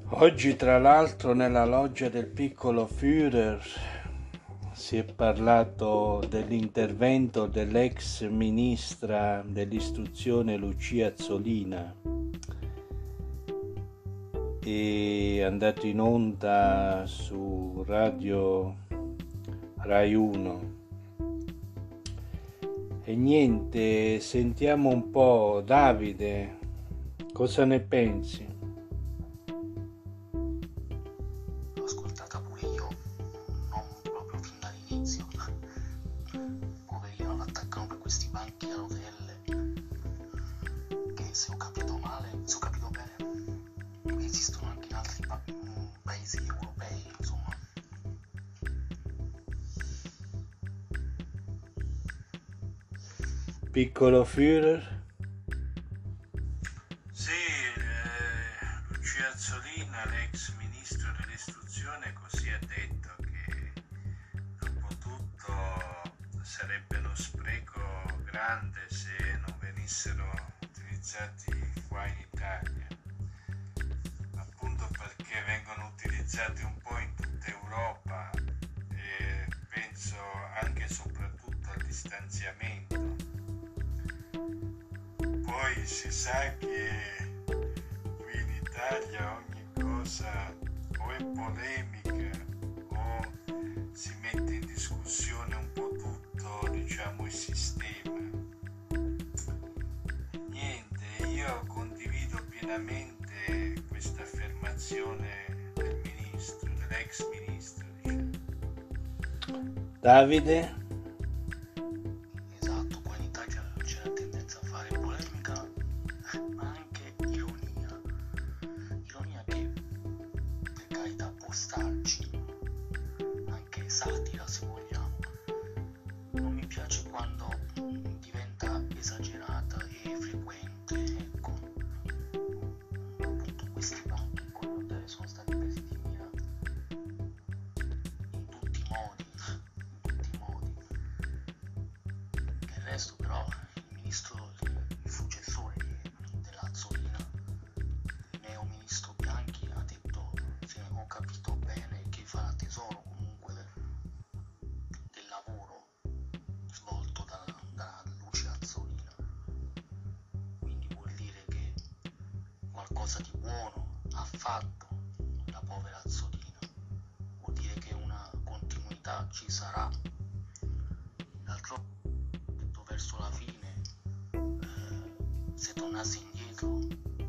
Oggi, tra l'altro, nella loggia del piccolo Führer si è parlato dell'intervento dell'ex ministra dell'istruzione Lucia Azzolina. È andato in onda su Radio Rai 1. E niente, sentiamo un po', Davide, cosa ne pensi? L'ho ascoltata pure io, non proprio fin dall'inizio. Poverino, l'attaccano per questi banchi a rotelle, che se ho capito bene, esistono anche in altri paesi europei, insomma. Piccolo Führer? Sì, Lucia Azzolina, l'ex ministro dell'istruzione, così ha detto che dopo tutto sarebbe uno spreco grande se non venissero utilizzati qua in Italia, appunto perché vengono utilizzati un po' in tutta Europa e penso anche e soprattutto al distanziamento. Poi si sa che qui in Italia ogni cosa o è polemica o si mette in discussione un po' tutto, diciamo, il sistema. Niente, io condivido pienamente questa affermazione del ministro, dell'ex ministro, diciamo. Davide? Esatto, qua in Italia c'è la tendenza a fare polemica, ma anche ironia. Ironia che, per carità, può starci, anche satira se vogliamo. Non mi piace quando diventa esagerata e frequente, ecco. Appunto questi banchi in corridoio sono stati presi di mira in tutti i modi. Del resto però il ministro, il successore dell'Azzolina, il neo ministro Bianchi, ha detto, se ho capito bene, che farà tesoro comunque del lavoro svolto da Lucia Azzolina. Quindi vuol dire che qualcosa di buono ha fatto la povera Azzolina, vuol dire che una continuità ci sarà. D'altro verso la fine, se tornasse indietro,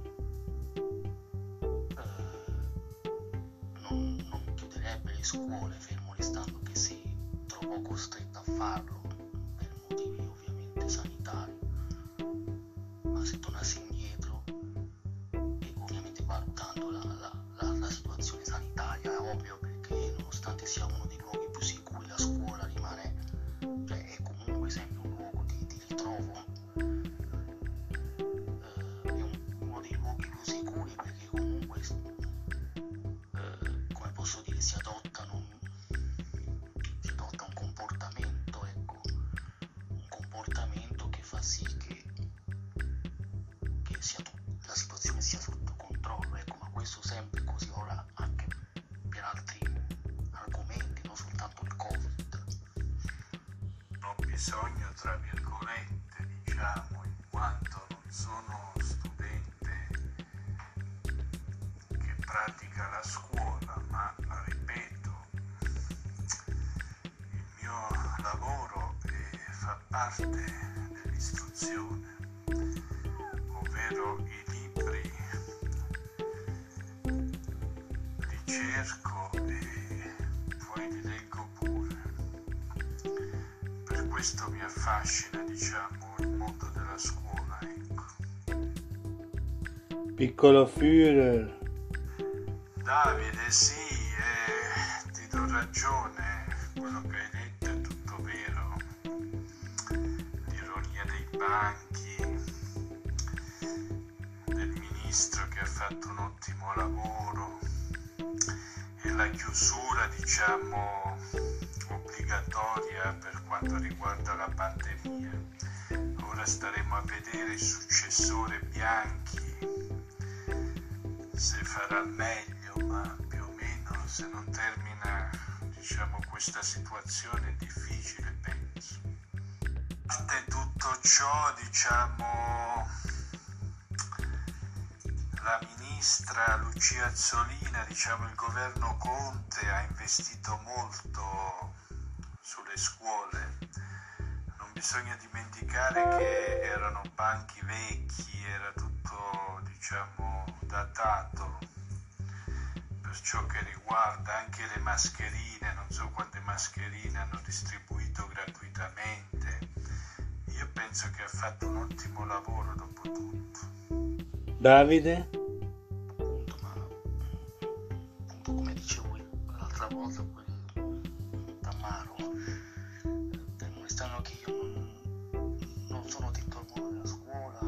non chiuderebbe le scuole, fermo restando che si trovò costretta a farlo per motivi ovviamente sanitari. Ma se tornasse indietro, e ovviamente valutando la situazione sanitaria, è ovvio, perché nonostante sia uno dei luoghi più sicuri, la scuola rimane, cioè è comunque sempre un luogo di ritrovo, è uno dei luoghi più sicuri, perché comunque, come posso dire, si adotta un comportamento, ecco, un comportamento che fa sì che la situazione sia sotto controllo, ecco. Ma questo sempre così, ora anche per altri argomenti, non soltanto il Covid. Ho bisogno, tra virgolette, diciamo, in quanto non sono studente che pratica la scuola, ma ripeto, il mio lavoro fa parte dell'istruzione, ovvero i libri li cerco e poi li leggo pure. Per questo mi affascina, diciamo, il mondo della scuola, ecco. Piccolo Führer? Davide, sì, ti do ragione, quello che hai detto è tutto vero. L'ironia dei banchi, del ministro che ha fatto un ottimo lavoro, e la chiusura, diciamo, obbligatoria per quanto riguarda la pandemia. Ora staremo a vedere il successore Bianchi se farà meglio ma più o meno, se non termina, diciamo, questa situazione difficile, penso. A parte tutto ciò, diciamo, la ministra Lucia Azzolina, diciamo, il governo Conte ha investito molto sulle scuole. Non bisogna dimenticare che erano banchi vecchi, era tutto, diciamo, datato. Per ciò che riguarda anche le mascherine, non so quante mascherine hanno distribuito gratuitamente. Io penso che ha fatto un ottimo lavoro dopo tutto. Davide? Appunto, ma appunto come dicevo l'altra volta, Tammaro, dimostrano che io non sono dentro al mondo della scuola,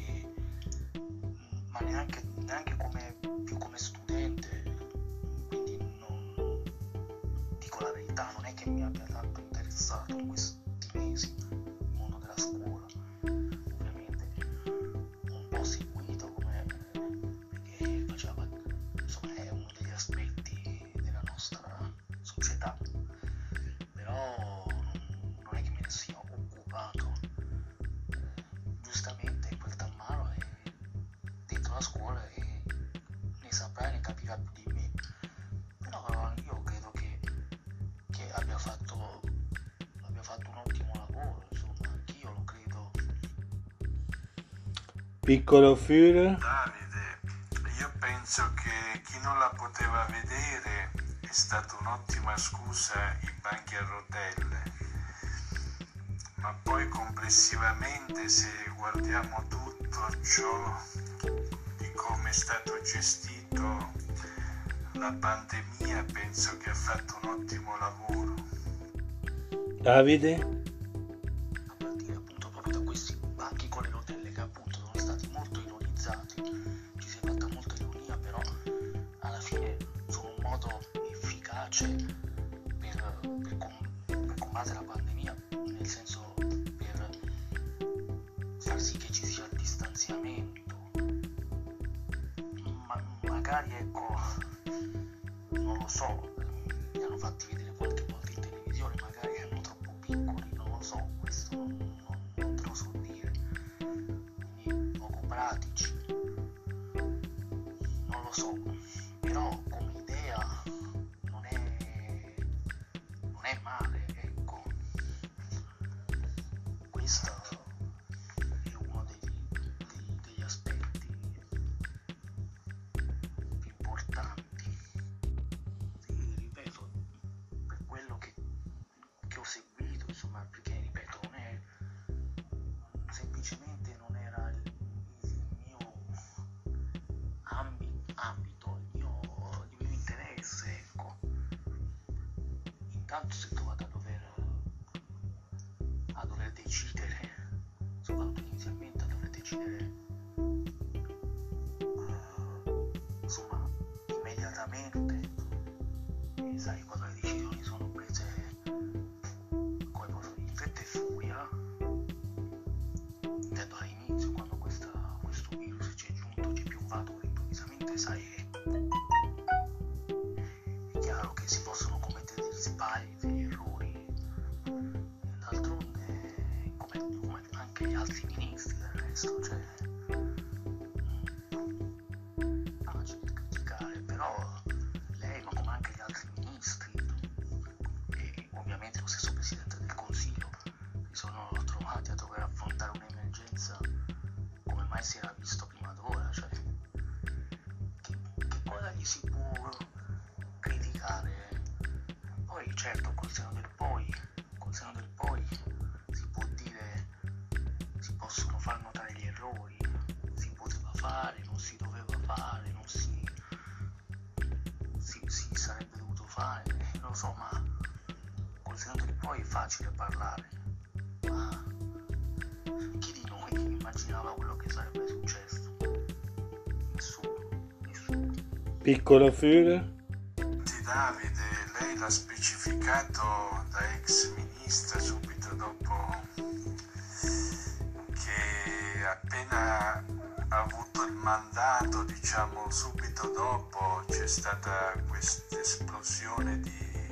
ma neanche più come studente, quindi non dico la verità, non è che mi abbia tanto interessato in questi mesi il mondo della scuola. Ovviamente un po' seguito, perché faceva, insomma, è uno degli aspetti della nostra società, però non è che me ne sia occupato. Giustamente quel Tammaro è dentro la scuola e ne saprà e ne capirà più di me, però io credo che abbia fatto un ottimo lavoro, insomma, anch'io lo credo. Piccolo Führer? Davide, io penso che chi non la poteva vedere è stata un'ottima scusa i banchi a rotelle, ma poi complessivamente, se guardiamo tutto ciò di come è stato gestito la pandemia, penso che ha fatto un ottimo lavoro. Davide? A partire appunto proprio da questi banchi con le rotelle, che appunto sono stati molto ironizzati, ci si è fatta molta ironia, però alla fine sono un modo efficace per combattere la pandemia, nel senso per far sì che ci sia il distanziamento, ma magari, ecco, non lo so, li hanno fatti vedere qualche volta in televisione, magari erano troppo piccoli, non lo so, questo non te lo so dire, quindi poco pratici, non lo so, però come idea non è male, ecco. Questo è uno degli aspetti più importanti. Sì, ripeto, per quello che ho seguito, insomma, perché ripeto, semplicemente non era il mio ambito, il mio interesse, ecco. Intanto si è trovato a dover decidere, soprattutto inizialmente a dover decidere, insomma, immediatamente, e sai, quando le decisioni sono prese, come posso dire, in fretta e furia, intendo all'inizio, quando questo virus ci è giunto, ci è piombato improvvisamente, sai, è chiaro che si possono commettere degli sbagli, degli errori, e d'altronde come anche gli altri ministri del resto, cioè facile criticare, però lei, ma come anche gli altri ministri e ovviamente lo stesso Presidente del Consiglio, si sono trovati a dover affrontare un'emergenza come mai si era visto prima d'ora, cioè che cosa gli si può criticare? Poi certo, col seno del poi si può dire, si possono far notare gli errori, si poteva fare, non si doveva fare, non si sarebbe dovuto fare, lo so, ma col seno del poi è facile parlare, ma chi di noi immaginava quello che sarebbe successo? Nessuno. Piccolo Führer? Davide, lei l'ha specificato da ex ministra subito dopo che appena avuto il mandato, diciamo, subito dopo c'è stata questa esplosione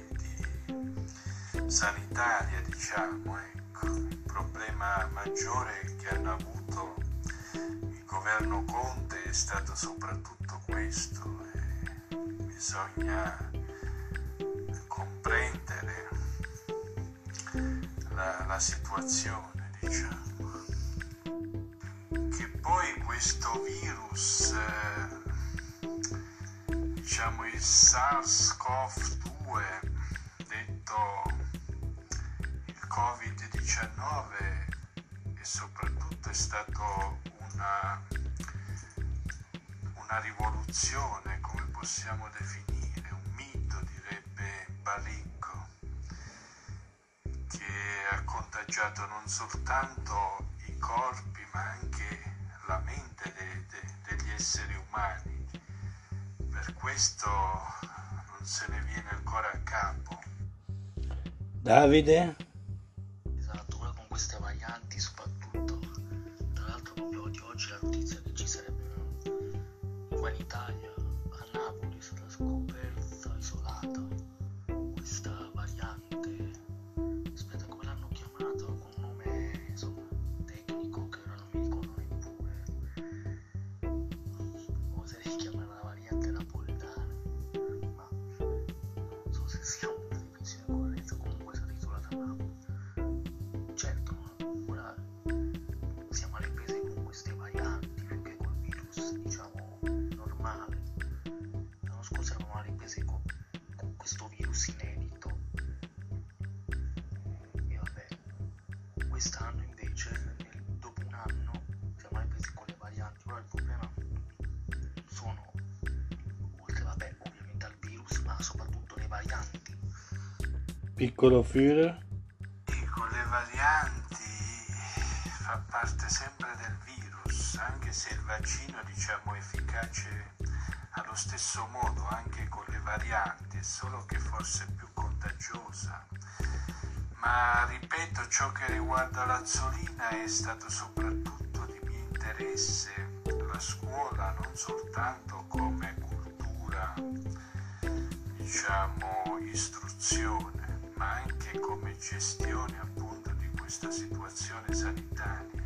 sanitaria, diciamo, ecco. Il problema maggiore che hanno avuto il governo Conte è stato soprattutto questo. Bisogna comprendere la situazione, diciamo. Che poi questo virus, diciamo il SARS-CoV-2, detto il Covid-19, e soprattutto è stato una rivoluzione, come possiamo definire, un mito, direbbe Balicco, che ha contagiato non soltanto i corpi ma anche la mente degli esseri umani. Per questo non se ne viene ancora a capo. Davide? Esatto, ora con queste varianti soprattutto, tra l'altro proprio di oggi la notizia che ci sarebbe qua in Italia, a Napoli, è stata scoperta, isolata, questa variante, aspetta come l'hanno chiamata, con un nome insomma tecnico che ora non mi ricordo neppure, oserei chiamare la variante napoletana, ma non so se sia una definizione corretta, comunque è stata isolata a Napoli. Certo, ora siamo alle prese con queste varianti, più che col virus, diciamo, normale. L'anno scorso eravamo alle prese con questo virus inedito. E vabbè, quest'anno invece, dopo un anno, siamo alle prese con le varianti. Ora il problema sono, oltre vabbè, ovviamente al virus, ma soprattutto le varianti. Piccolo Führer? Con le varianti fa parte sempre del virus, anche se il vaccino, diciamo, è efficace allo stesso modo anche con le varianti, solo che forse è più contagiosa. Ma ripeto, ciò che riguarda l'Azzolina è stato soprattutto di mio interesse la scuola, non soltanto come cultura, diciamo, istruzione, ma anche come gestione appunto di questa situazione sanitaria.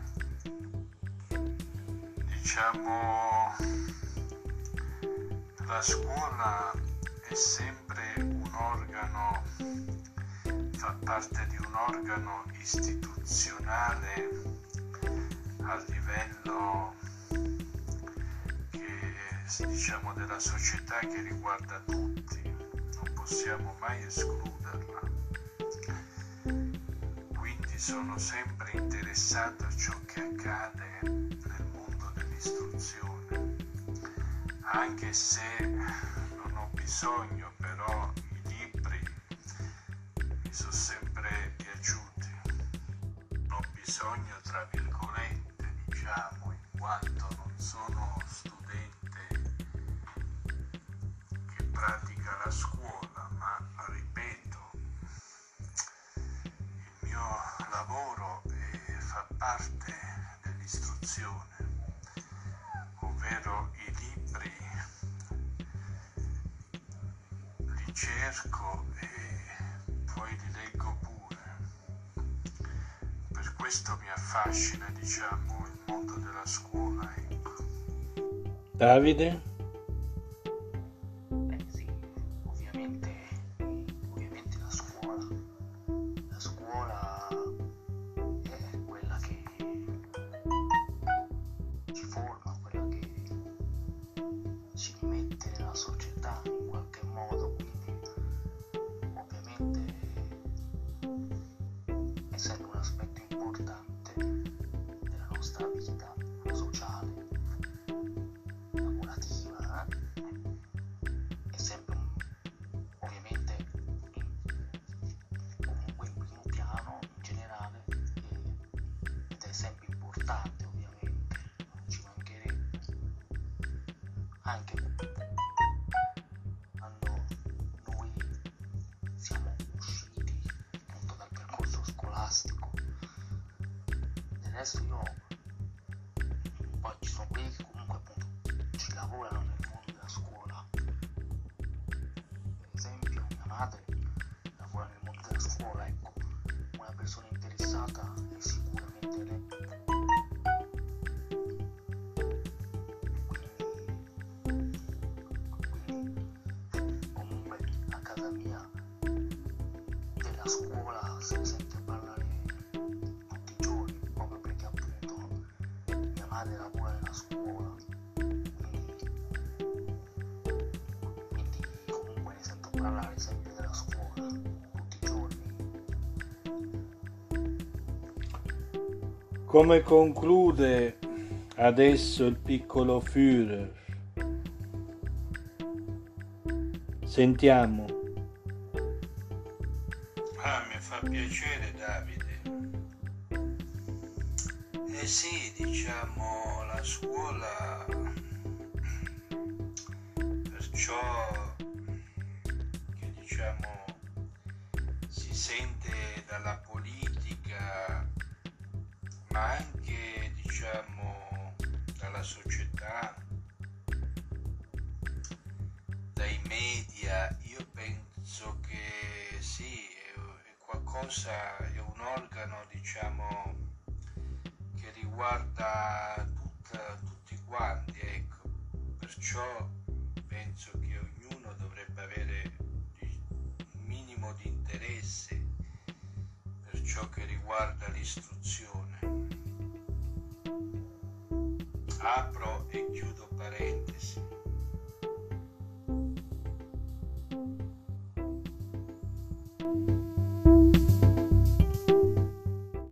Diciamo, la scuola è sempre un organo, fa parte di un organo istituzionale a livello diciamo della società, che riguarda tutti, non possiamo mai escluderla. Quindi sono sempre interessato a ciò che accade nel mondo dell'istruzione, anche se non ho bisogno, però i libri mi sono sempre piaciuti. Non ho bisogno, tra virgolette, diciamo, in quanto non sono studente che pratica la scuola, ma ripeto, il mio lavoro fa parte dell'istruzione, ovvero i libri li cerco e poi li leggo pure. Per questo mi affascina, diciamo, il mondo della scuola, ecco. Davide? Sì, ovviamente la scuola è quella che ci forma, quella che ci rimette nella società in qualche modo, quindi ovviamente è sempre un aspetto importante della nostra vita sociale, lavorativa, è sempre ovviamente comunque in primo piano in generale, ed è sempre importante, ovviamente, non ci mancherebbe, anche quando noi siamo usciti appunto dal percorso scolastico. Del resto io poi ci sono quelli che Quindi comunque a casa mia della scuola se ne sente parlare tutti i giorni, proprio perché appunto mia madre lavora nella scuola, quindi comunque ne sento parlare sempre della scuola tutti i giorni. Come conclude adesso il piccolo Führer? Sentiamo. Mi fa piacere, Davide. Eh sì, diciamo, la scuola, perciò che diciamo si sente dalla politica, ma anche diciamo dalla società, dai media, io penso che sì, è qualcosa, è un organo diciamo che riguarda tutti quanti, ecco, perciò penso che ognuno dovrebbe avere un minimo di interesse per ciò che riguarda l'istruzione. Apro e chiudo parentesi.